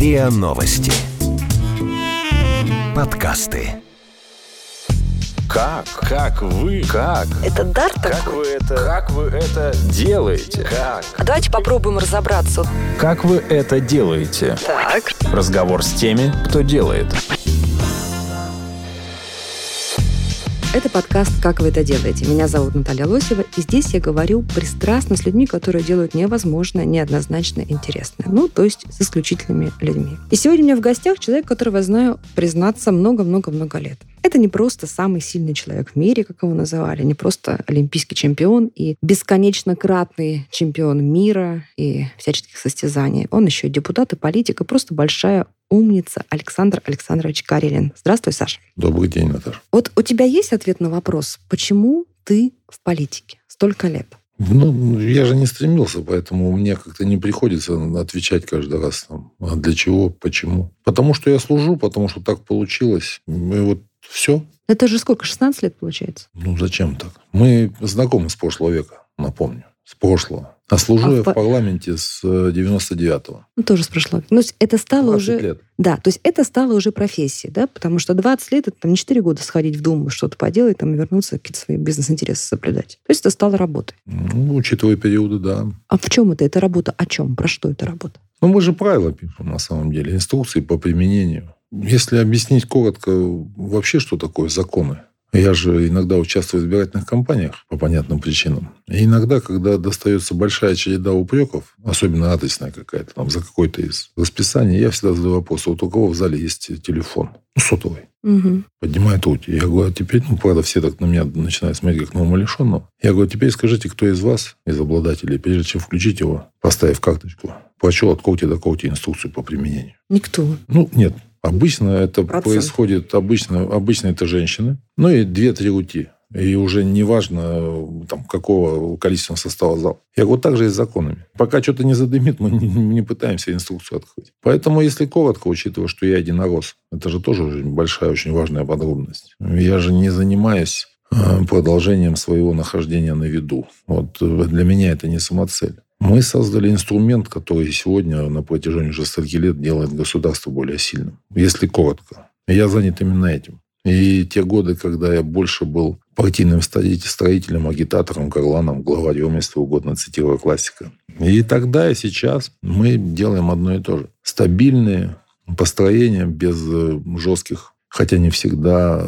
РИА Новости. Подкасты. Как вы? Это дар такой? Как вы это делаете? Как? А давайте попробуем разобраться. Как вы это делаете? Так. Разговор с теми, кто делает. Это подкаст «Как вы это делаете?». Меня зовут Наталья Лосева, и здесь я говорю пристрастно с людьми, которые делают невозможное, неоднозначно интересное. То есть с исключительными людьми. И сегодня у меня в гостях человек, которого я знаю, признаться, много-много-много лет. Это не просто самый сильный человек в мире, как его называли, не просто олимпийский чемпион и бесконечно кратный чемпион мира и всяческих состязаний. Он еще и депутат, и политик, и просто большая умница Александр Александрович Карелин. Здравствуй, Саша. Добрый день, Наташа. Вот у тебя есть ответ на вопрос, почему ты в политике столько лет? Я же не стремился, поэтому мне как-то не приходится отвечать каждый раз, а для чего, почему. Потому что я служу, потому что так получилось. И вот все. Это же сколько, 16 лет получается? Зачем так? Мы знакомы с прошлого века, напомню. С прошлого. А служу я в парламенте с 99-го. Тоже с прошлого века. Но это стало 20 уже... лет. Да, то есть это стало уже профессией, да? Потому что 20 лет — это не 4 года сходить в Думу, что-то поделать, и вернуться, какие-то свои бизнес-интересы соблюдать. То есть это стало работой. Учитывая периоды, да. А в чем это? Это работа о чем? Про что это работа? Мы же правила пишем, на самом деле. Инструкции по применению. Если объяснить коротко вообще, что такое законы. Я же иногда участвую в избирательных кампаниях по понятным причинам. И иногда, когда достается большая череда упреков, особенно адресная какая-то, за какое-то из расписаний, я всегда задаю вопрос: вот у кого в зале есть телефон? Сотовый. Угу. Поднимает руки. Я говорю, а теперь, правда, все так на меня начинают смотреть, как на умалишенного. Я говорю, теперь скажите, кто из вас, из обладателей, прежде чем включить его, поставив карточку, прочел от когтя до когтя инструкцию по применению? Никто. Нет. Обычно это происходит, обычно это женщины, и 2-3 рути. И уже неважно, какого количества состава зала. Я говорю, так же и с законами. Пока что-то не задымит, мы не пытаемся инструкцию открыть. Поэтому, если коротко, учитывая, что я единорос, это же тоже очень большая, очень важная подробность. Я же не занимаюсь продолжением своего нахождения на виду. Для меня это не самоцель. Мы создали инструмент, который сегодня на протяжении уже стольких лет делает государство более сильным. Если коротко. Я занят именно этим. И те годы, когда я больше был партийным строителем, агитатором, горланом, главарем, если угодно, цитируя классика. И тогда, и сейчас мы делаем одно и то же. Стабильные построения без жестких, хотя не всегда,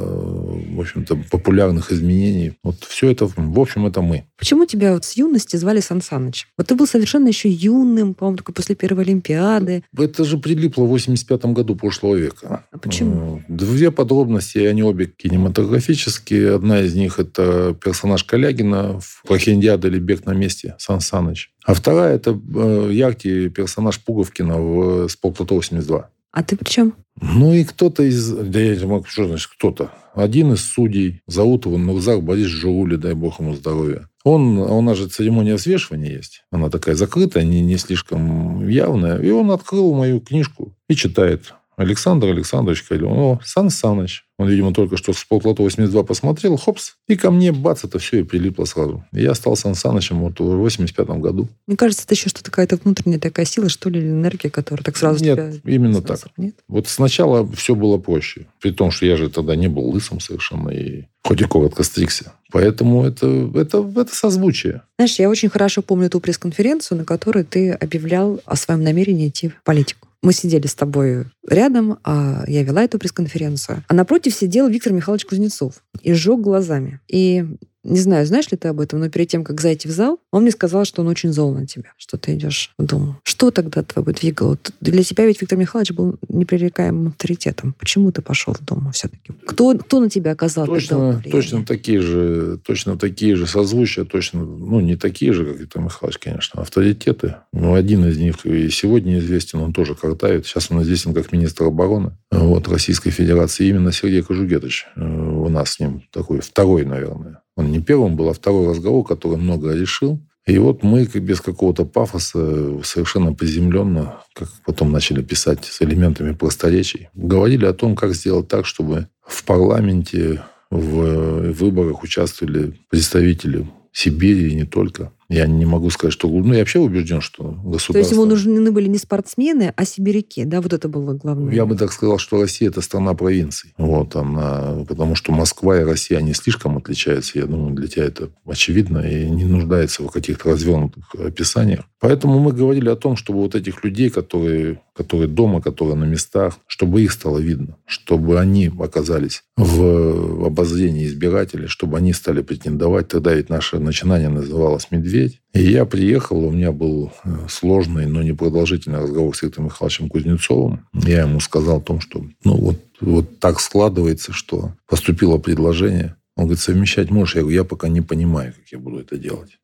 в общем-то, популярных изменений. Все это, в общем, это мы. Почему тебя с юности звали Сан Саныч? Ты был совершенно еще юным, по-моему, только после первой Олимпиады. Это же прилипло в 85-м году прошлого века. А почему? 2 подробности, они обе кинематографические. Одна из них — это персонаж Калягина в «Прохиндиада» или «Бег на месте» Сан Саныч. А вторая — это яркий персонаж Пуговкина в «Спортлото-82». А ты при чем? И кто-то из... Что значит кто-то? Один из судей, зовут его Нурзак Борис Журули, дай бог ему здоровья. У нас же церемония взвешивания есть. Она такая закрытая, не слишком явная. И он открыл мою книжку и читает. Александр Александрович Карелин. Сан Саныч. Он, видимо, только что в «Спортлото-82» посмотрел, хопс, и ко мне, бац, это все и прилипло сразу. И я стал Сан Санычем в 85-м году. Мне кажется, это еще что-то какая-то внутренняя такая сила, что ли, или энергия, которая так сразу тебя... Нет, именно так. Нет? Сначала все было проще. При том, что я же тогда не был лысым совершенно, и хоть и коротко стригся. Поэтому это созвучие. Знаешь, я очень хорошо помню ту пресс-конференцию, на которой ты объявлял о своем намерении идти в политику. Мы сидели с тобой рядом, а я вела эту пресс-конференцию. А напротив сидел Виктор Михайлович Кузнецов и жег глазами. И не знаю, знаешь ли ты об этом, но перед тем, как зайти в зал, он мне сказал, что он очень зол на тебя, что ты идешь в Думу. Что тогда твоего двигало? Для тебя ведь Виктор Михайлович был непререкаемым авторитетом. Почему ты пошел в Думу все-таки? Кто на тебя оказал влияние? Точно такие же созвучия, точно, не такие же, как Виктор Михайлович, конечно, авторитеты. Один из них и сегодня известен, он тоже картавит. Сейчас он известен как министр обороны Российской Федерации. Именно Сергей Кожугетович. У нас с ним такой второй, наверное. Он не первым был, а второй разговор, который много решил. И мы без какого-то пафоса, совершенно приземленно, как потом начали писать с элементами просторечий, говорили о том, как сделать так, чтобы в парламенте, в выборах участвовали представители Сибири и не только. Я не могу сказать, что... Ну, я вообще убежден, что государство... То есть ему нужны были не спортсмены, а сибиряки, да? Вот это было главное. Я бы так сказал, что Россия – это страна провинций. Вот она... Потому что Москва и Россия, они слишком отличаются. Я думаю, для тебя это очевидно и не нуждается в каких-то развернутых описаниях. Поэтому мы говорили о том, чтобы вот этих людей, которые дома, которые на местах, чтобы их стало видно, чтобы они оказались в обозрении избирателей, чтобы они стали претендовать. Тогда ведь наше начинание называлось «Медведь». И я приехал, у меня был сложный, но непродолжительный разговор с Виктором Михайловичем Кузнецовым. Я ему сказал о том, что вот так складывается, что поступило предложение. Он говорит, совмещать можешь? Я говорю, я пока не понимаю, как я буду это делать.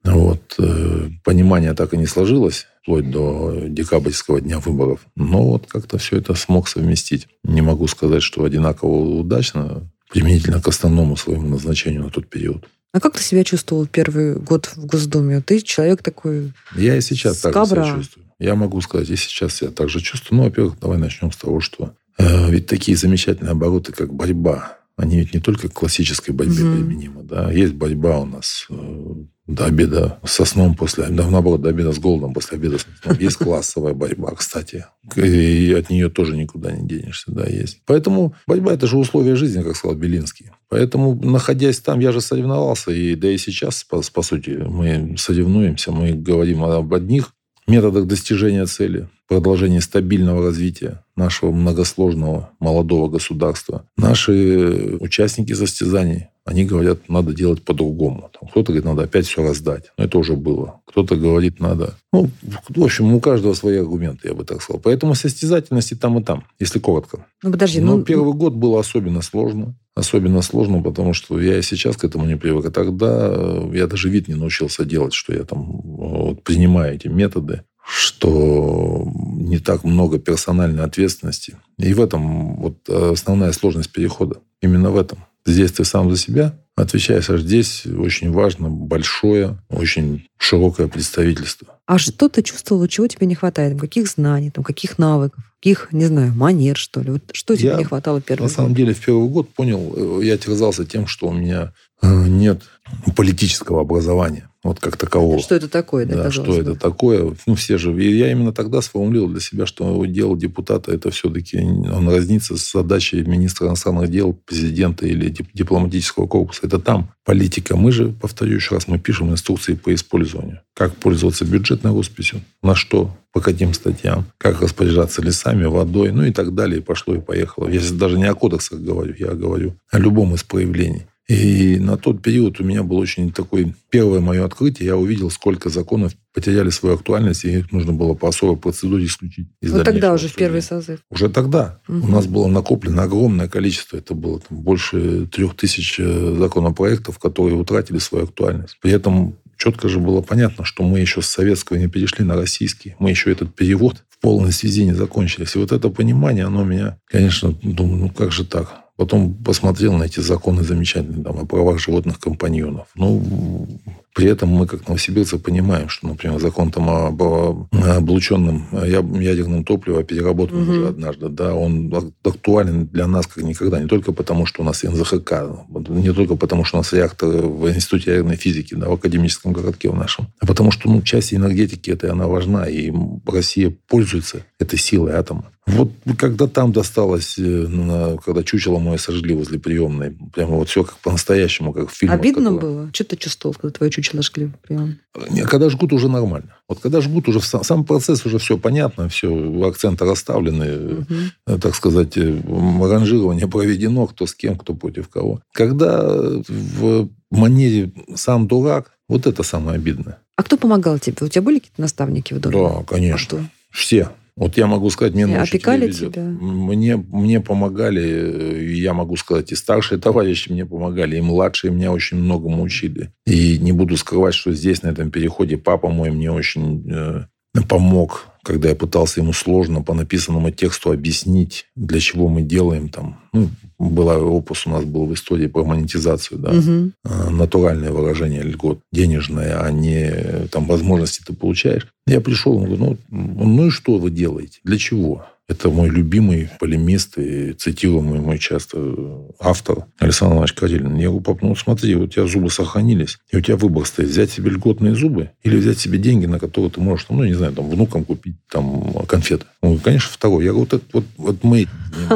Понимание так и не сложилось, вплоть до декабрьского дня выборов. Но вот как-то все это смог совместить. Не могу сказать, что одинаково удачно, применительно к основному своему назначению на тот период. А как ты себя чувствовал первый год в Госдуме? Ты человек такой... Я и сейчас так же себя чувствую. Я могу сказать, и сейчас себя так же чувствую. Во-первых, давай начнем с того, что ведь такие замечательные обороты, как борьба, они ведь не только к классической борьбе применимы. Да? Есть борьба у нас до обеда со сном, наоборот, до обеда с голодом, после обеда со сном. Есть классовая борьба, кстати. И от нее тоже никуда не денешься. Да, есть. Поэтому борьба – это же условия жизни, как сказал Белинский. Поэтому, находясь там, я же соревновался. И сейчас, по сути, мы соревнуемся. Мы говорим об одних методах достижения цели, продолжения стабильного развития нашего многосложного молодого государства. Наши участники состязаний, они говорят, надо делать по-другому. Кто-то говорит, надо опять все раздать. Но это уже было. Кто-то говорит, надо... в общем, у каждого свои аргументы, я бы так сказал. Поэтому состязательности там и там, если коротко. Подожди. Первый год было особенно сложно. Особенно сложно, потому что я и сейчас к этому не привык. А тогда я даже вид не научился делать, что я там принимаю эти методы, что не так много персональной ответственности. И в этом основная сложность перехода. Именно в этом. Здесь ты сам за себя отвечаешь, а здесь очень важно большое, очень широкое представительство. А что ты чувствовал, чего тебе не хватает? Каких знаний, каких навыков, каких, не знаю, манер, что ли? Что тебе не хватало первый год? На самом деле, в первый год понял, я терзался тем, что у меня нет политического образования. Как такового. Что это такое? Да, что это такое. Все же... И я именно тогда сформулировал для себя, что дело депутата, это все-таки он разнится с задачей министра иностранных дел, президента или дипломатического корпуса. Это там политика. Мы же, повторю еще раз, мы пишем инструкции по использованию. Как пользоваться бюджетной росписью, на что, по каким статьям, как распоряжаться лесами, водой, и так далее. И пошло, и поехало. Я сейчас даже не о кодексах говорю, я говорю о любом из проявлений. И на тот период у меня был очень первое мое открытие. Я увидел, сколько законов потеряли свою актуальность, и их нужно было по особой процедуре исключить. Тогда уже в первый созыв. Уже тогда. У нас было накоплено огромное количество. Это было больше 3000 законопроектов, которые утратили свою актуальность. При этом четко же было понятно, что мы еще с советского не перешли на российский. Мы еще этот перевод в полной связи не закончили. И это понимание, оно меня, конечно, думаю, как же так? Потом посмотрел на эти законы замечательные о правах животных-компаньонов. При этом мы, как новосибирцы, понимаем, что, например, закон об облученном ядерном топливе переработан уже однажды. Да, он актуален для нас как никогда. Не только потому, что у нас НЗХК, не только потому, что у нас реакторы в Институте ядерной физики, в академическом городке в нашем, а потому что часть энергетики она важна, и Россия пользуется этой силой атома. Когда там досталось, когда чучело мое сожгли возле приемной, прямо все как по-настоящему, как в фильмах. Обидно было? Что ты чувствовал, когда твое чучело жгли в приемной? Когда жгут, уже нормально. Когда жгут, уже сам процесс, уже все понятно, все акценты расставлены, так сказать, ранжирование проведено, кто с кем, кто против кого. Когда в манере «сам дурак», это самое обидное. А кто помогал тебе? У тебя были какие-то наставники в доме? Да, конечно. Все. Я могу сказать, мне на опекали тебя? Мне помогали, я могу сказать, и старшие товарищи мне помогали, и младшие меня очень многому учили. И не буду скрывать, что здесь, на этом переходе, папа мой мне очень помог, когда я пытался ему сложно по написанному тексту объяснить, для чего мы делаем там. Опус у нас был в истории про монетизацию, да, натуральное выражение льгот, денежное, а не там возможности ты получаешь. Я пришел, он говорит, и что вы делаете? Для чего? Это мой любимый полемист и цитируемый мой часто автор Александр Иванович Карелин. Я говорю: пап, ну смотри, у тебя зубы сохранились, и у тебя выбор стоит: взять себе льготные зубы или взять себе деньги, на которые ты можешь, ну, не знаю, там, внукам купить там конфеты. Он говорит: конечно, второй. Я говорю: вот мы...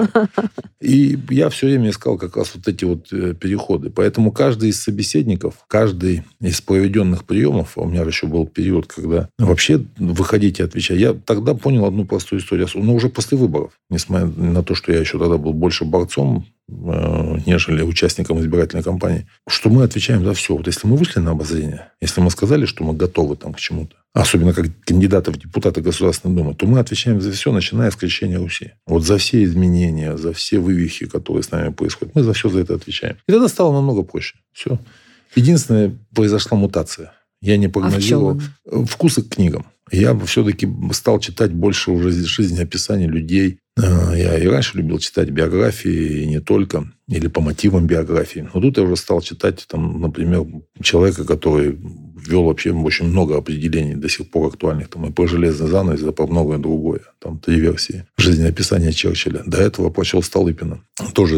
И я все время искал как раз вот эти вот переходы. Поэтому каждый из собеседников, каждый из проведенных приемов, а у меня еще был период, когда вообще выходить и отвечать, я тогда понял одну простую историю. Но уже после выборов, несмотря на то, что я еще тогда был больше борцом, нежели участником избирательной кампании, что мы отвечаем за все. Вот если мы вышли на обозрение, если мы сказали, что мы готовы там к чему-то, особенно как кандидаты в депутаты Государственной Думы, то мы отвечаем за все, начиная с крещения Руси. Вот за все изменения, за все вывихи, которые с нами происходят, мы за все за это отвечаем. И тогда стало намного проще. Все. Единственное, произошла мутация. Я не прогнозировал вкусы к книгам. Я все-таки стал читать больше уже жизнеописаний людей. Я и раньше любил читать биографии, и не только, или по мотивам биографии. Но тут я уже стал читать, там, например, человека, который ввел вообще очень много определений, до сих пор актуальных. Там, и про железный занавес, и про многое другое. Там 3 версии жизнеописания Черчилля. До этого прочел Столыпина. Тоже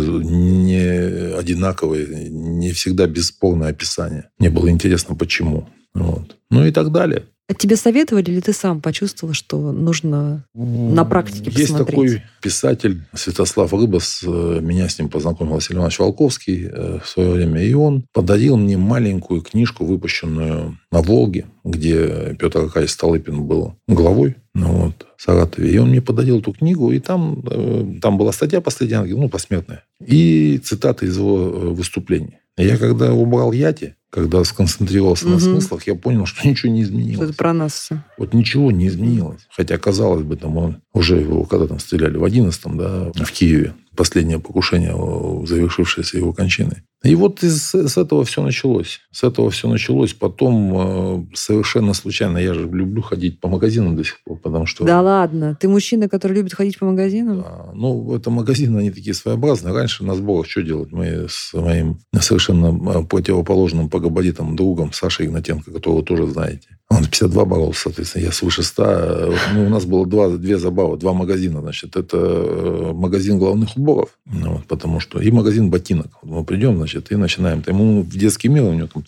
не одинаковые, не всегда бесспорное описание. Мне было интересно, почему. Вот. Ну и так далее. А тебе советовали, или ты сам почувствовал, что нужно на практике посмотреть? Есть такой писатель Святослав Рыбас. Меня с ним познакомил Василий Иванович Волковский в свое время. И он подарил мне маленькую книжку, выпущенную на Волге, где Петр Аркадьевич Столыпин был главой, в Саратове. И он мне подарил эту книгу, и там была статья последняя, посмертная, и цитаты из его выступлений. И я когда убрал яти, когда сконцентрировался на смыслах, я понял, что ничего не изменилось. Это про нас все. Вот ничего не изменилось. Хотя, казалось бы, там он уже его, когда там стреляли в 11-м, да, в Киеве, последнее покушение, завершившееся его кончиной. И вот с этого все началось. С этого все началось. Потом совершенно случайно, я же люблю ходить по магазинам до сих пор, потому что... Да ладно? Ты мужчина, который любит ходить по магазинам? Да. Это магазины, они такие своеобразные. Раньше на сборах что делать? Мы с моим совершенно противоположным по габаритам другом Сашей Игнатенко, которого тоже знаете. Он 52 боролся, соответственно, я свыше 100. У нас было две забавы, 2 магазина. Значит, это магазин головных уборов, потому что и магазин ботинок. Мы придем, значит, и начинаем. Ему в детский мир, у него там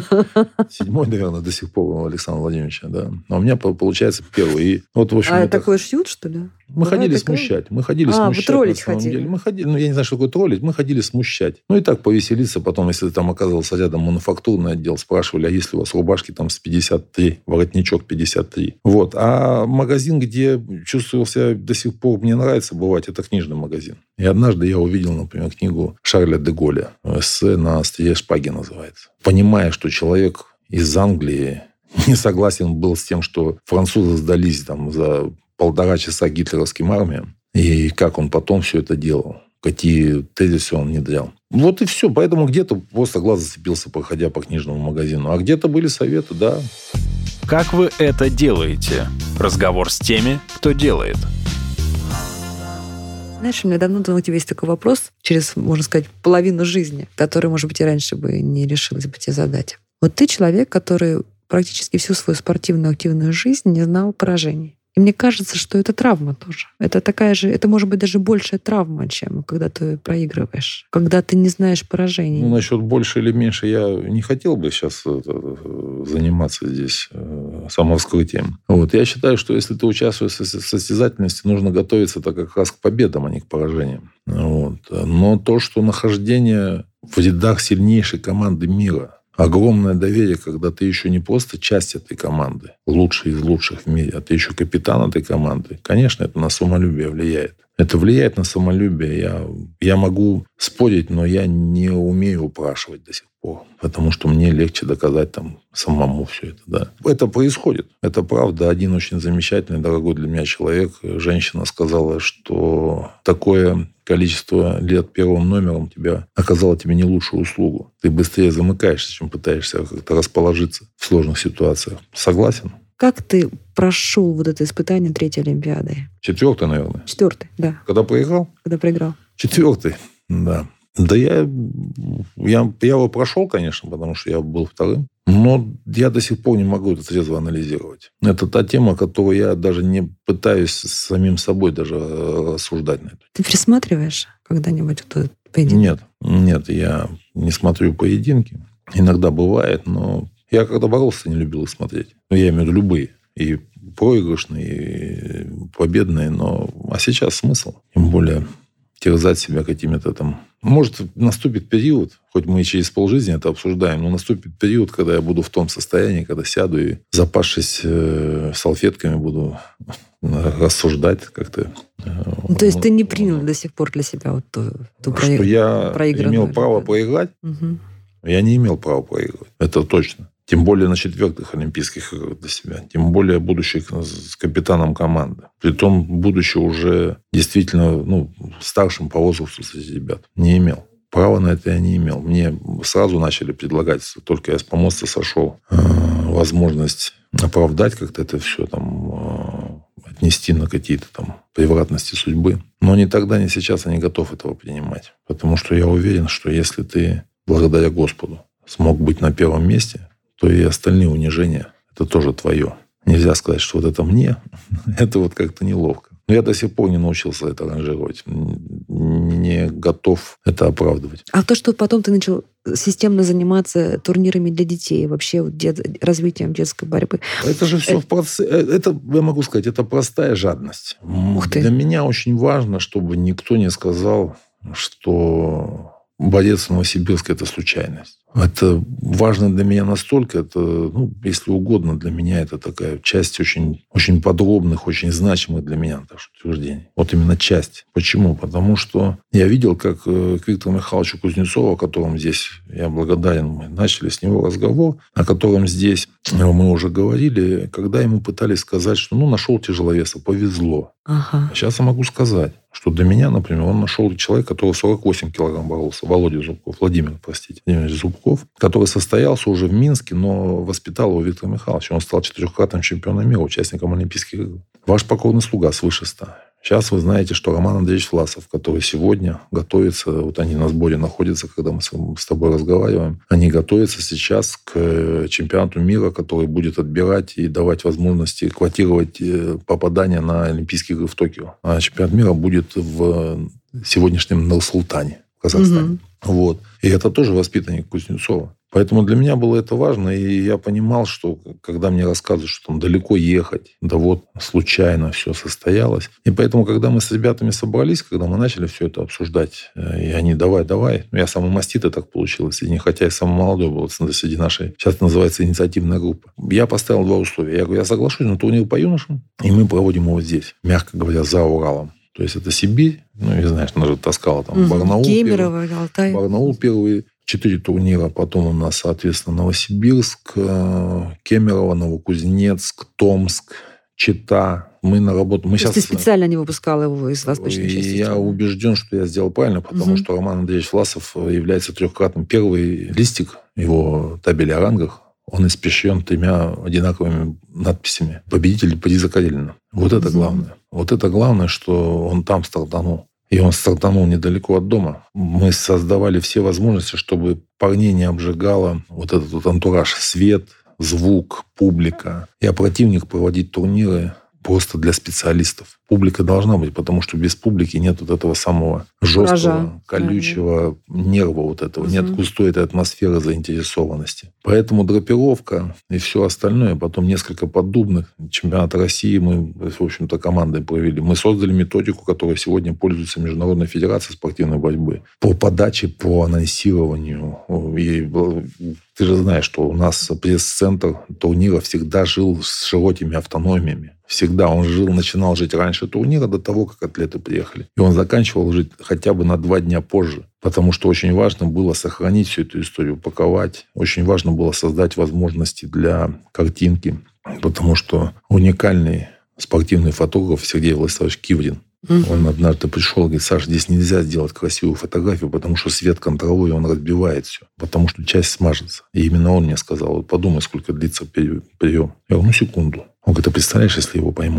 7-й, наверное, до сих пор у Александра Владимировича, да. А у меня получается 1-й. И в общем, такое шьют, что ли? Мы ходили смущать. Мы ходили смущать. Вы троллить хотели? Мы ходили, я не знаю, что такое троллить. Мы ходили смущать. И так повеселиться. Потом, если там оказывался рядом мануфактурный отдел, спрашивали, а есть ли у вас рубашки там с 53, воротничок 53. А магазин, где чувствовал себя до сих пор, мне нравится бывать, это книжный магазин. И однажды я увидел, например, книгу Шарля де Голля. «Эссе на острие шпаги» называется. Понимая, что человек из Англии не согласен был с тем, что французы сдались там за 1,5 часа гитлеровским армиям, и как он потом все это делал, какие тезисы он внедрял. И все. Поэтому где-то просто глаз зацепился, проходя по книжному магазину. А где-то были советы, да. Как вы это делаете? Разговор с теми, кто делает. Знаешь, у меня давно у тебя есть такой вопрос, через, можно сказать, половину жизни, который, может быть, и раньше бы не решилась бы тебе задать. Вот ты человек, который практически всю свою спортивную активную жизнь не знал поражений. И мне кажется, что это травма тоже. Это может быть даже большая травма, чем когда ты проигрываешь, когда ты не знаешь поражений. Насчет больше или меньше я не хотел бы сейчас заниматься здесь самораскрытием. Я считаю, что если ты участвуешь в состязательности, нужно готовиться как раз к победам, а не к поражениям. Но то, что нахождение в рядах сильнейшей команды мира, огромное доверие, когда ты еще не просто часть этой команды, лучший из лучших в мире, а ты еще капитан этой команды. Конечно, это на самолюбие влияет. Это влияет на самолюбие. Я могу спорить, но я не умею упрашивать до сих пор, потому что мне легче доказать самому все это. Да. Это происходит. Это правда. Один очень замечательный, дорогой для меня человек, женщина, сказала, что такое количество лет первым номером оказало тебе не лучшую услугу. Ты быстрее замыкаешься, чем пытаешься как-то расположиться в сложных ситуациях. Согласен? Как ты прошел это испытание 3-й Олимпиады? 4-й, наверное. 4-й, да. Когда проиграл? Когда проиграл. 4-й, да. Да я его прошел, конечно, потому что я был 2-м. Но я до сих пор не могу это трезво анализировать. Это та тема, которую я даже не пытаюсь с самим собой даже рассуждать на это. Ты пересматриваешь когда-нибудь этот поединок? Нет, я не смотрю поединки. Иногда бывает, но я когда боролся, не любил их смотреть. Я имею в виду любые. И проигрышные, и победные. А сейчас смысл? Тем более терзать себя какими-то там... Может, наступит период, хоть мы и через полжизни это обсуждаем, но наступит период, когда я буду в том состоянии, когда сяду и, запасшись салфетками, буду рассуждать как-то. То есть ты не принял до сих пор для себя вот ту что я имел право проиграть? Угу. Я не имел права проигрывать. Это точно. Тем более на 4-х Олимпийских играх для себя. Тем более будучи с капитаном команды. Притом, будучи уже действительно старшим по возрасту среди ребят. Не имел. Права на это я не имел. Мне сразу начали предлагать, только я с помоста сошел, возможность оправдать как-то это все, отнести на какие-то превратности судьбы. Но ни тогда, ни сейчас я не готов этого принимать. Потому что я уверен, что если ты, благодаря Господу, смог быть на первом месте, то и остальные унижения – это тоже твое. Нельзя сказать, что вот это мне, это вот как-то неловко. Но я до сих пор не научился это ранжировать, не готов это оправдывать. А то, что потом ты начал системно заниматься турнирами для детей, вообще развитием детской борьбы. Это же все в процессе. Это, я могу сказать, это простая жадность. Ух ты. Для меня очень важно, чтобы никто не сказал, что борец в Новосибирске – это случайность. Это важно для меня настолько, это, если угодно, для меня это такая часть очень, очень подробных, очень значимых для меня утверждений. Вот именно часть. Почему? Потому что я видел, как к Виктору Михайловичу Кузнецову, о котором здесь я благодарен, мы начали с него разговор, о котором здесь мы уже говорили, когда ему пытались сказать, что нашел тяжеловеса, повезло. Ага. Сейчас я могу сказать, что для меня, например, он нашел человека, который 48 килограмм боролся, Владимир Зубков, который состоялся уже в Минске, но воспитал его Виктор Михайлович. Он стал 4-кратным чемпионом мира, участником Олимпийских игр. Ваш покорный слуга свыше 100. Сейчас вы знаете, что Роман Андреевич Власов, который сегодня готовится, вот они на сборе находятся, когда мы с тобой разговариваем, они готовятся сейчас к чемпионату мира, который будет отбирать и давать возможности квотировать попадание на Олимпийские игры в Токио. А чемпионат мира будет в сегодняшнем Нур-Султане, в Казахстане. Угу. Вот. И это тоже воспитанник Кузнецова. Поэтому для меня было это важно, и я понимал, что когда мне рассказывают, что далеко ехать, да вот случайно все состоялось. И поэтому, когда мы с ребятами собрались, когда мы начали все это обсуждать, и они давай. Я самый маститый так получилось, хотя я самый молодой был среди нашей, сейчас это называется инициативная группа. Я поставил 2 условия. Я говорю, я соглашусь на турнир по юношам, и мы проводим его здесь, мягко говоря, за Уралом. То есть это Сибирь, не знаешь, она же таскала Барнаул. Кемерово, Алтай. Барнаул первый. 4 турнира, потом у нас, соответственно, Новосибирск, Кемерово, Новокузнецк, Томск, Чита. Мы наработали... Ты специально не выпускал его из восточной части? Я убежден, что я сделал правильно, потому что Роман Андреевич Власов является 3-кратным. Первый листик его табели о рангах, он испещрен 3 одинаковыми надписями. Победитель приза Карелина. Вот это главное. Вот это главное, что он там стартанул. И он стартанул недалеко от дома. Мы создавали все возможности, чтобы парней не обжигало вот этот вот антураж. Свет, звук, публика. И противник проводить турниры просто для специалистов. Публика должна быть, потому что без публики нет вот этого самого жесткого, колючего нерва вот этого. Нет густой этой атмосферы заинтересованности. Поэтому драпировка и все остальное, потом несколько поддубных. Чемпионат России мы, в общем-то, командой провели. Мы создали методику, которой сегодня пользуется Международная федерация спортивной борьбы по подаче, по анонсированию. И ты же знаешь, что у нас пресс-центр турнира всегда жил с широкими автономиями. Всегда он начинал жить раньше турнира, до того, как атлеты приехали. И он заканчивал жить хотя бы на 2 дня позже. Потому что очень важно было сохранить всю эту историю, упаковать. Очень важно было создать возможности для картинки. Потому что уникальный спортивный фотограф Сергей Владиславович Киврин, он однажды пришел и говорит: Саша, здесь нельзя сделать красивую фотографию, потому что свет контролирует, он разбивает все. Потому что часть смажется. И именно он мне сказал: вот подумай, сколько длится прием. Я говорю: секунду. Он говорит: а представляешь, если его поймать? Он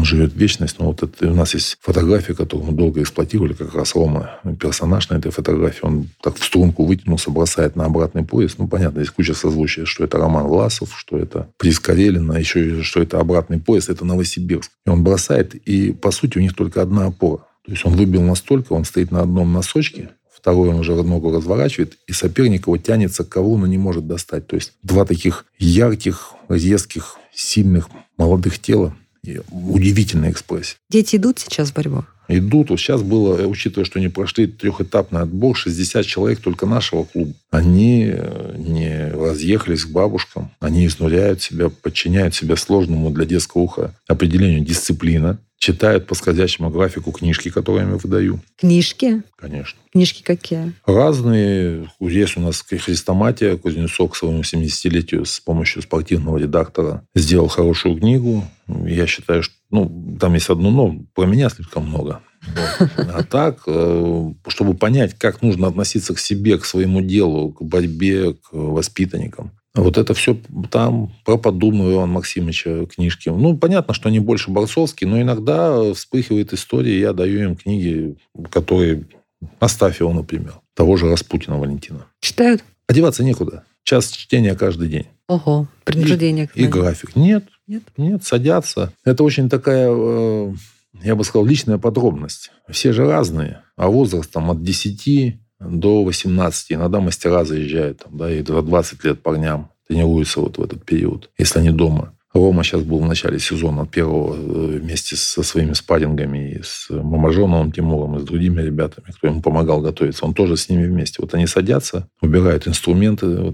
он живет в вечность. Но вот это, у нас есть фотография, которую мы долго эксплуатировали, как раз Рома, персонаж на этой фотографии. Он так в струнку вытянулся, бросает на обратный поезд. Ну, понятно, есть куча созвучия, что это Роман Власов, что это приз Карелина, еще что это обратный поезд, это Новосибирск. И он бросает, и, по сути, у них только одна опора. То есть он выбил настолько, он стоит на одном носочке, второй он уже ногу разворачивает, и соперник его тянется к ковру, но не может достать. То есть два таких ярких, резких, сильных, молодых тела. И удивительная экспрессия. Дети идут сейчас в борьбу? Идут. Вот сейчас было, учитывая, что они прошли трехэтапный отбор, 60 человек только нашего клуба. Они не разъехались к бабушкам. Они изнуряют себя, подчиняют себя сложному для детского уха определению дисциплина. Читают по скользящему графику книжки, которые я им выдаю. Книжки? Конечно. Книжки какие? Разные. Есть у нас Хрестоматия. Кузнецов к своему 70-летию с помощью спортивного редактора сделал хорошую книгу. Я считаю, что там есть одно «но», про меня слишком много. Вот. А так, чтобы понять, как нужно относиться к себе, к своему делу, к борьбе, к воспитанникам. Вот это все там про Поддубного Ивана Максимовича книжки. Понятно, что они больше борцовские, но иногда вспыхивает история, я даю им книги, которые... Астафьева, например. Того же Распутина Валентина. Читают? Одеваться некуда. Час чтения каждый день. Ого, принуждение. И график. Нет, садятся. Это очень такая, я бы сказал, личная подробность. Все же разные. А возраст там от 10 до 18. Иногда мастера заезжают, и до 20 лет парням тренируются вот в этот период, если они дома. Рома сейчас был в начале сезона первого вместе со своими спаррингами и с Мамажоновым Тимуром, и с другими ребятами, кто ему помогал готовиться. Он тоже с ними вместе. Вот они садятся, убирают инструменты,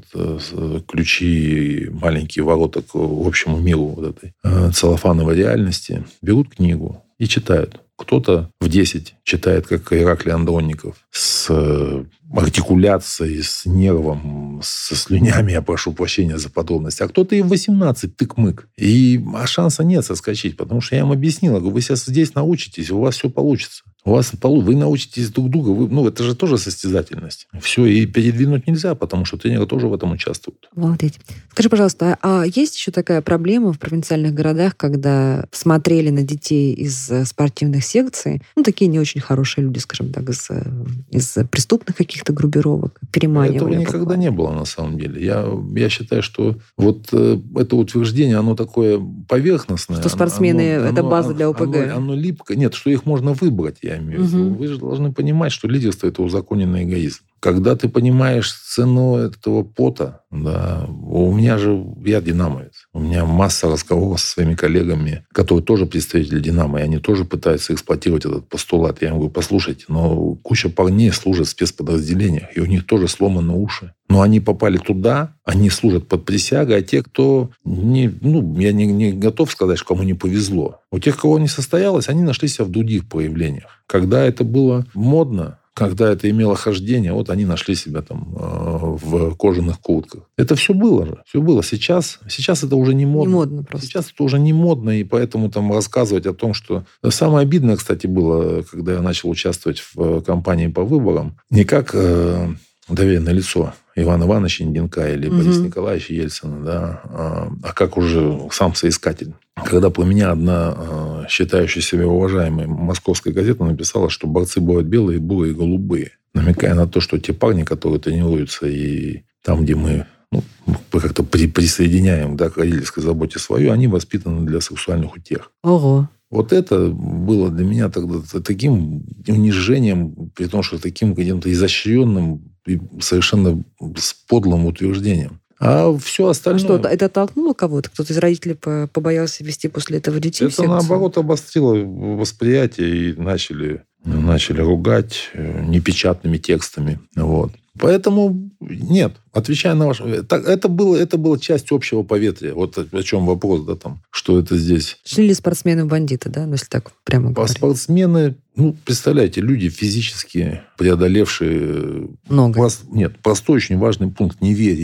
ключи, маленькие ворота к общему миру вот этой целлофановой реальности, берут книгу и читают. Кто-то в 10 читает, как Ираклий Андронников, с артикуляцией, с нервом, со слюнями, я прошу прощения за подробности. А кто-то и в 18 тык-мык. А шанса нет соскочить, потому что я им объяснил, говорю, вы сейчас здесь научитесь, у вас все получится. Вы научитесь друг друга. Это же тоже состязательность. Все, и передвинуть нельзя, потому что тренеры тоже в этом участвуют. Молодец. Скажи, пожалуйста, а есть еще такая проблема в провинциальных городах, когда смотрели на детей из спортивных секций, такие не очень хорошие люди, скажем так, из преступных каких-то группировок, переманивали? Этого никогда не было, на самом деле. Я считаю, что вот это утверждение, оно такое поверхностное. Что спортсмены – это база для ОПГ. Оно липкое. Нет, что их можно выбрать, я имею в виду. Вы же должны понимать, что лидерство – это узаконенный эгоизм. Когда ты понимаешь цену этого пота, я динамовец. У меня масса разговоров со своими коллегами, которые тоже представители Динамо, и они тоже пытаются эксплуатировать этот постулат. Я им говорю, послушайте, но куча парней служат в спецподразделениях, и у них тоже сломаны уши. Но они попали туда, они служат под присягой, а те, кто я не готов сказать, что кому не повезло. У тех, кого не состоялось, они нашли себя в других проявлениях. Когда это было модно, когда это имело хождение, они нашли себя там в кожаных куртках. Это все было же. Все было. Сейчас это уже не модно. Не модно просто. Сейчас это уже не модно, и поэтому там рассказывать о том, что... Самое обидное, кстати, было, когда я начал участвовать в кампании по выборам, не как доверенное лицо Ивана Ивановича Инденка или Бориса Николаевича Ельцина, а как уже сам соискатель. Когда про меня одна считающая себя уважаемой московская газета написала, что борцы бывают белые, бурые и голубые, намекая на то, что те парни, которые тренируются, и там, где мы как-то присоединяем к родительской заботе свою, они воспитаны для сексуальных утех. Ого. Вот это было для меня тогда таким унижением, при том, что таким каким-то изощренным и совершенно с подлым утверждением. А все остальное... Что, это оттолкнуло кого-то? Кто-то из родителей побоялся вести после этого детей в секцию? Это, наоборот, обострило восприятие, и начали ругать непечатными текстами. Поэтому нет, отвечая на ваш... Это было часть общего поветрия. Вот о чем вопрос, что это здесь. Шли ли спортсмены в бандиты, если так прямо говорить? Спортсмены, представляете, люди физически преодолевшие... Много. Простой, очень важный пункт – неверие.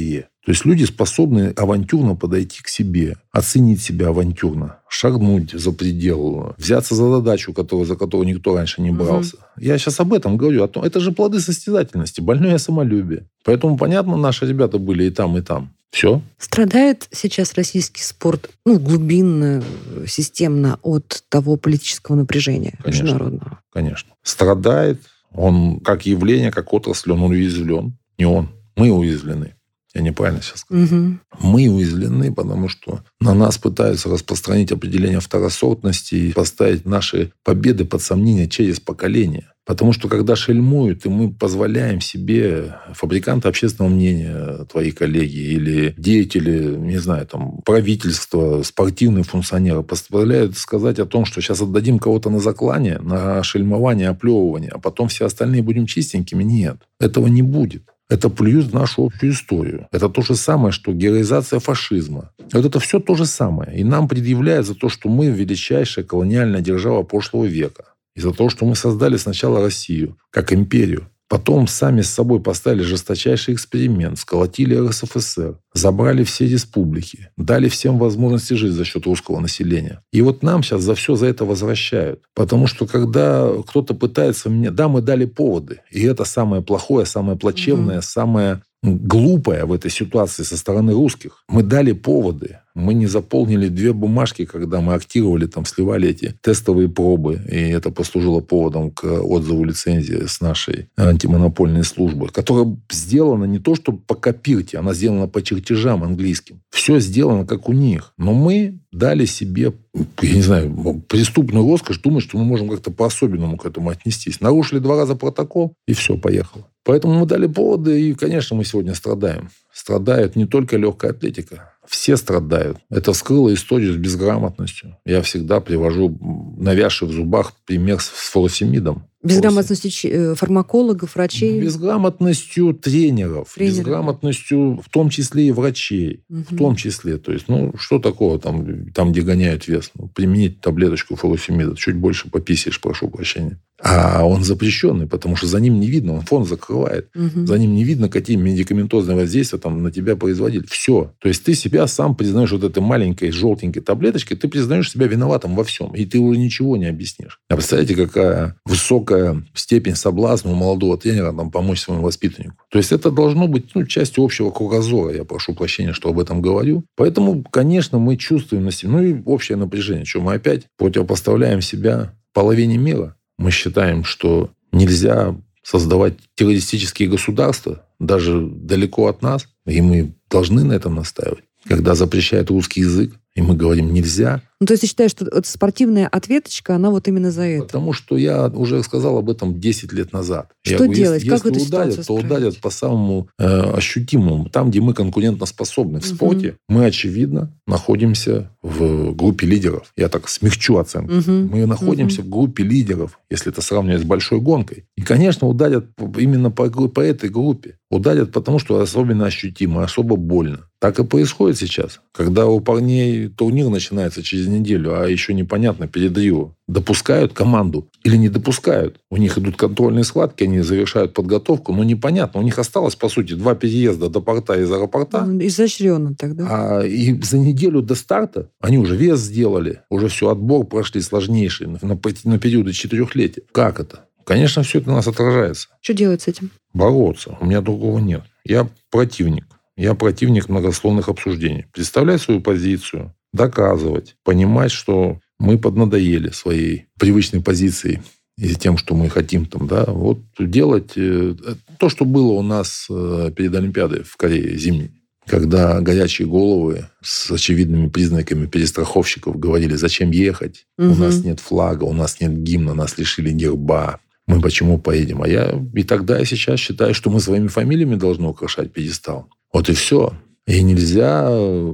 То есть люди способны авантюрно подойти к себе, оценить себя авантюрно, шагнуть за предел, взяться за задачу, за которую никто раньше не брался. Я сейчас об этом говорю. Это же плоды состязательности, больное самолюбие. Поэтому, понятно, наши ребята были и там, и там. Все. Страдает сейчас российский спорт глубинно, системно от того политического напряжения международного? Конечно. Страдает. Он как явление, как отрасль, он уязвлен. Не он. Мы уязвлены. Я неправильно сейчас сказал. Мы уязвлены, потому что на нас пытаются распространить определение второсортности и поставить наши победы под сомнение через поколение. Потому что когда шельмуют, и мы позволяем себе, фабриканты общественного мнения, твои коллеги, или деятели, не знаю, там, правительства, спортивные функционеры, позволяют сказать о том, что сейчас отдадим кого-то на заклание, на шельмование, оплевывание, а потом все остальные будем чистенькими. Нет, этого не будет. Это плюет в нашу общую историю. Это то же самое, что героизация фашизма. Вот это все то же самое. И нам предъявляют за то, что мы величайшая колониальная держава прошлого века. Из-за того, что мы создали сначала Россию как империю. Потом сами с собой поставили жесточайший эксперимент, сколотили РСФСР, забрали все республики, дали всем возможности жить за счет русского населения. И вот нам сейчас за это возвращают. Потому что когда кто-то пытается да, мы дали поводы. И это самое плохое, самое плачевное, самое глупое в этой ситуации со стороны русских. Мы дали поводы. Мы не заполнили 2 бумажки, когда мы актировали, сливали эти тестовые пробы. И это послужило поводом к отзыву лицензии с нашей антимонопольной службы, которая сделана не то, что по копирке, она сделана по чертежам английским. Все сделано, как у них. Но мы дали себе, я не знаю, преступную роскошь думать, что мы можем как-то по-особенному к этому отнестись. Нарушили 2 раза протокол, и все, поехало. Поэтому мы дали поводы, и, конечно, мы сегодня страдаем. Страдает не только легкая атлетика. Все страдают. Это вскрыло историю с безграмотностью. Я всегда привожу, навязший в зубах, пример с фуросемидом. Безграмотностью фармакологов, врачей? Безграмотностью тренеров. Безграмотностью в том числе и врачей. В том числе. То есть, что такого там где гоняют вес? Применить таблеточку фуросемида. Чуть больше пописаешь, прошу прощения. А он запрещенный, потому что за ним не видно. Он фон закрывает. За ним не видно, какие медикаментозные воздействия на тебя производили. Все. То есть, ты себя сам признаешь вот этой маленькой желтенькой таблеточкой, ты признаешь себя виноватым во всем. И ты уже ничего не объяснишь. А представляете, какая высокая степень соблазна у молодого тренера помочь своему воспитаннику. То есть, это должно быть частью общего кругозора. Я прошу прощения, что об этом говорю. Поэтому, конечно, мы чувствуем на себе, и общее напряжение, что мы опять противопоставляем себя половине мира. Мы считаем, что нельзя создавать террористические государства, даже далеко от нас, и мы должны на этом настаивать. Когда запрещают русский язык, и мы говорим «нельзя». То есть, ты считаешь, что спортивная ответочка, она вот именно за это? Потому что я уже сказал об этом 10 лет назад. Что делать? Как если ударят, то ударят по самому ощутимому. Там, где мы конкурентоспособны. В спорте мы, очевидно, находимся в группе лидеров. Я так смягчу оценку. Мы находимся в группе лидеров, если это сравнивать с большой гонкой. И, конечно, ударят именно по этой группе. Ударят, потому что особенно ощутимо, особо больно. Так и происходит сейчас. Когда у парней турнир начинается через неделю, а еще непонятно перед Рио, допускают команду или не допускают. У них идут контрольные схватки, они завершают подготовку, но непонятно. У них осталось, по сути, 2 переезда до порта и из аэропорта. Изощренно тогда. И за неделю до старта они уже вес сделали, уже все, отбор прошли сложнейший на периоды 4-летия. Как это? Конечно, все это на нас отражается. Что делать с этим? Бороться. У меня другого нет. Я противник. Я противник многословных обсуждений. Представлять свою позицию, доказывать, понимать, что мы поднадоели своей привычной позицией и тем, что мы хотим вот делать то, что было у нас перед Олимпиадой в Корее зимней. Когда горячие головы с очевидными признаками перестраховщиков говорили, зачем ехать, у нас нет флага, у нас нет гимна, нас лишили герба. Мы почему поедем? А я и тогда, и сейчас считаю, что мы своими фамилиями должны украшать пьедестал. Вот и все. И нельзя...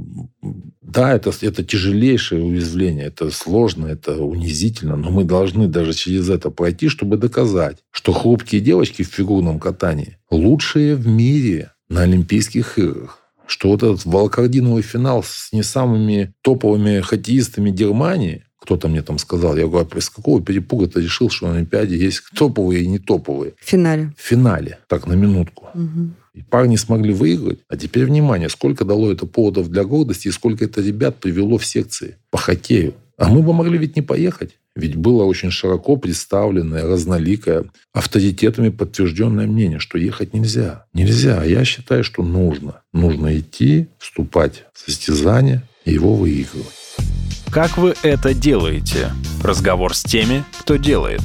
Да, это тяжелейшее уязвление, это сложно, это унизительно, но мы должны даже через это пройти, чтобы доказать, что хрупкие девочки в фигурном катании лучшие в мире на Олимпийских играх. Что вот этот волокординовый финал с не самыми топовыми хоккеистами Германии, кто-то мне сказал, я говорю, а с какого перепуга ты решил, что на Олимпиаде есть топовые и не топовые? В финале. В финале, так, на минутку. И парни смогли выиграть. А теперь, внимание, сколько дало это поводов для гордости и сколько это ребят привело в секции по хоккею. А мы бы могли ведь не поехать. Ведь было очень широко представленное, разноликое, авторитетами подтвержденное мнение, что ехать нельзя. Нельзя. А я считаю, что нужно. Нужно идти, вступать в состязание и его выигрывать. Как вы это делаете? Разговор с теми, кто делает.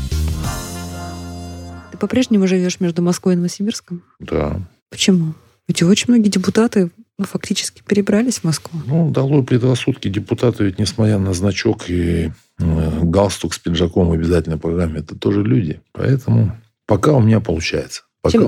Ты по-прежнему живешь между Москвой и Новосибирском? Да. Почему? Ведь очень многие депутаты фактически перебрались в Москву. Долой предрассудки. Депутаты ведь, несмотря на значок и галстук с пиджаком в обязательной программе, это тоже люди. Поэтому пока у меня получается.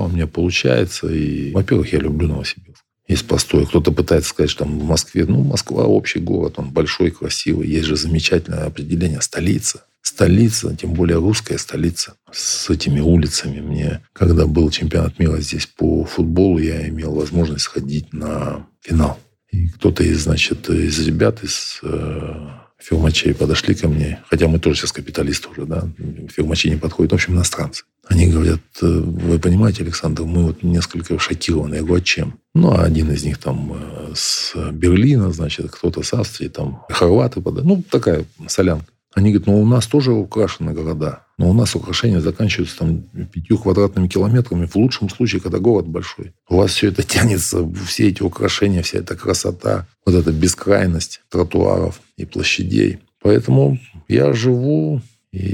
И, во-первых, я люблю Новосибирск. Есть простое. Кто-то пытается сказать, что там в Москве... Москва общий город, он большой, красивый. Есть же замечательное определение. Столица. Столица, тем более русская столица, с этими улицами. Мне, когда был чемпионат мира здесь по футболу, я имел возможность сходить на финал. И кто-то из ребят, из фирмачей подошли ко мне, хотя мы тоже сейчас капиталисты уже, да, фирмачи не подходят, в общем, иностранцы. Они говорят: вы понимаете, Александр, мы вот несколько шокированы. Я говорю: а чем? Один из них там с Берлина, кто-то с Австрии, там хорваты подошли. Такая солянка. Они говорят: у нас тоже украшены города, но у нас украшения заканчиваются 5 квадратными километрами, в лучшем случае, когда город большой. У вас все это тянется, все эти украшения, вся эта красота, вот эта бескрайность тротуаров и площадей. Поэтому я живу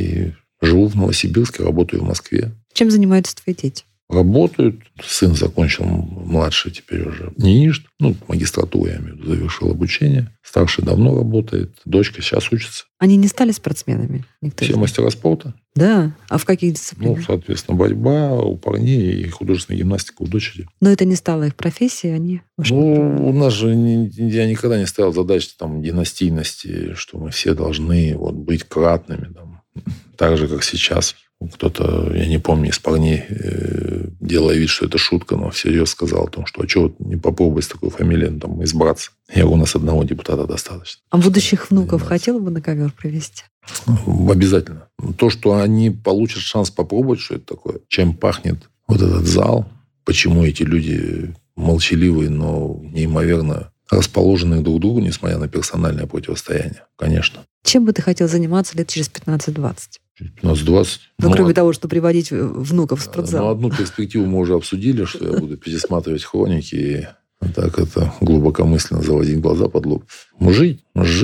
в Новосибирске, работаю в Москве. Чем занимаются твои дети? Работают. Сын закончил, младший теперь уже НИИШТ. Магистратуру, я имею в виду, завершил обучение. Старший давно работает. Дочка сейчас учится. Они не стали спортсменами? Все мастера спорта. Да? А в каких дисциплинах? Соответственно, борьба у парней и художественная гимнастика у дочери. Но это не стало их профессией, они... У нас же я никогда не ставил задачи династийности, что мы все должны быть кратными. Так же, как сейчас. Кто-то, я не помню, из парней, делая вид, что это шутка, но всерьез сказал о том, что а чего не попробовать с такой фамилией избраться. У нас одного депутата достаточно. А будущих внуков хотел бы на ковер привезти? Обязательно. То, что они получат шанс попробовать, что это такое, чем пахнет вот этот зал, почему эти люди молчаливые, но неимоверно расположенные друг к другу, несмотря на персональное противостояние. Конечно. Чем бы ты хотел заниматься лет через 15-20? 15-20. Кроме того, что приводить внуков в спортзал. Одну перспективу мы уже обсудили, что я буду пересматривать хроники и так это глубокомысленно заводить глаза под лоб. Жить,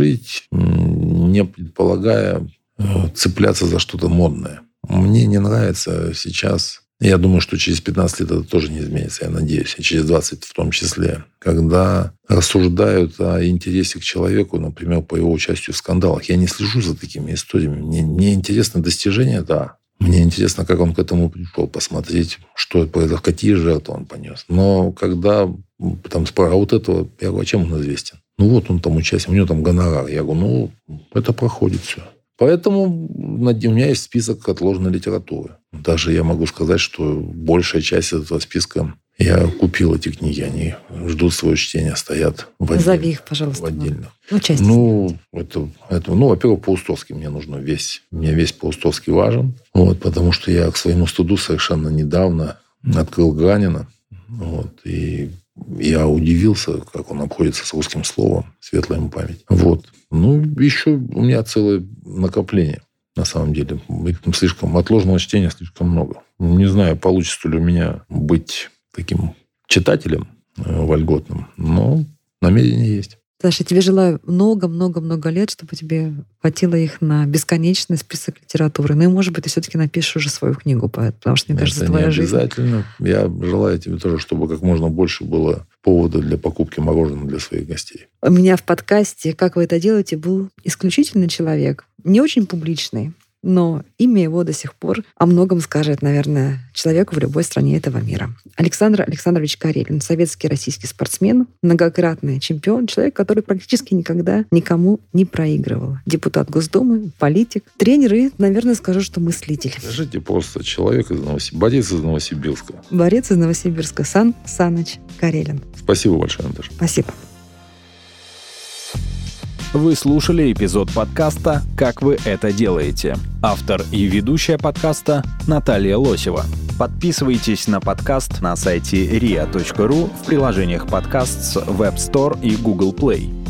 не предполагая цепляться за что-то модное. Мне не нравится сейчас... Я думаю, что через 15 лет это тоже не изменится, я надеюсь, и через 20 в том числе, когда рассуждают о интересе к человеку, например, по его участию в скандалах. Я не слежу за такими историями. Мне интересно достижения, да. Мне интересно, как он к этому пришел, посмотреть, что произошло, какие жертвы он понес. Но когда вот этого, я говорю: а чем он известен? Он там участник, у него там гонорар. Я говорю: это проходит все. Поэтому у меня есть список отложенной литературы. Даже я могу сказать, что большая часть этого списка... Я купил эти книги, они ждут своего чтения, стоят в отдельных. Назови их, пожалуйста. В отдельных. Часть. Во-первых, Паустовский мне нужно мне весь Паустовский важен. Потому что я к своему стыду совершенно недавно открыл Гранина. И я удивился, как он обходится с русским словом. Светлая ему память. Еще у меня целое накопление. На самом деле. Отложенного чтения слишком много. Не знаю, получится ли у меня быть таким читателем вольготным, но намерение есть. Саша, я тебе желаю много-много-много лет, чтобы тебе хватило их на бесконечный список литературы. И, может быть, ты все-таки напишешь уже свою книгу, потому что, мне кажется, твоя жизнь... Обязательно. Я желаю тебе тоже, чтобы как можно больше было повода для покупки мороженого для своих гостей. У меня в подкасте «Как вы это делаете» был исключительный человек, не очень публичный, но имя его до сих пор о многом скажет, наверное, человеку в любой стране этого мира. Александр Александрович Карелин, советский российский спортсмен, многократный чемпион, человек, который практически никогда никому не проигрывал. Депутат Госдумы, политик, тренер и, наверное, скажу, что мыслитель. Скажите просто, человек борец из Новосибирска. Борец из Новосибирска, Сан Саныч Карелин. Спасибо большое, Наташа. Спасибо. Вы слушали эпизод подкаста «Как вы это делаете». Автор и ведущая подкаста Наталья Лосева. Подписывайтесь на подкаст на сайте ria.ru, в приложениях подкаст с Web Store и Google Play.